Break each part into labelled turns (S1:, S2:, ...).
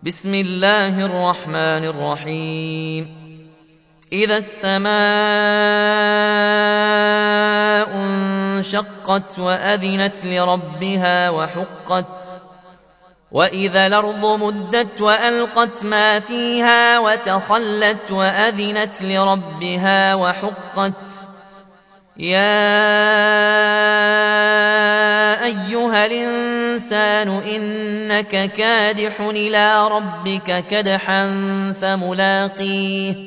S1: بسم الله الرحمن الرحيم إذا السماء انشقت وأذنت لربها وحقت وإذا الأرض مدت وألقت ما فيها وتخلت وأذنت لربها وحقت يا أيها الإنسان إنك كادح إلى ربك كدحا فملاقيه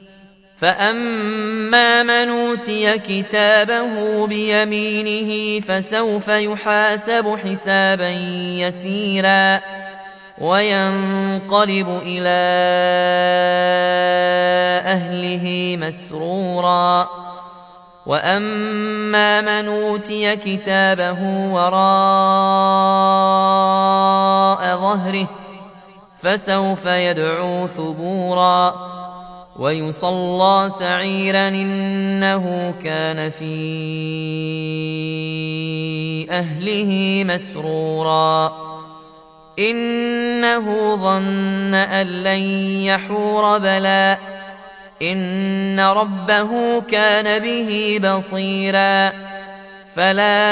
S1: فأما من أوتي كتابه بيمينه فسوف يحاسب حسابا يسيرا وينقلب إلى أهله مسرورا وأما من أوتي كتابه وراء ظهره فسوف يدعو ثبورا ويصلى سعيرا إنه كان في أهله مسرورا إنه ظن أن لن يحور بلى إن ربه كان به بصيرا فلا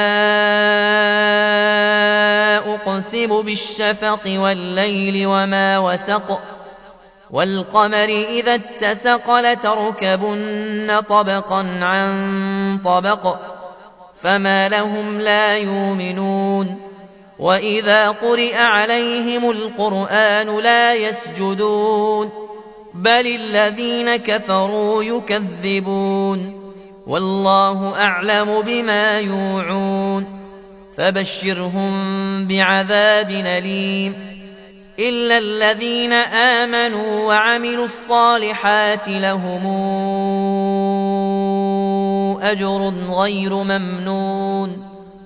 S1: أقسم بالشفق والليل وما وسق والقمر إذا اتسق لتركبن طبقا عن طبق فما لهم لا يؤمنون وإذا قرئ عليهم القرآن لا يسجدون بل الذين كفروا يكذبون والله أعلم بما يوعون فبشرهم بعذاب أليم إلا الذين آمنوا وعملوا الصالحات لهم أجر غير ممنون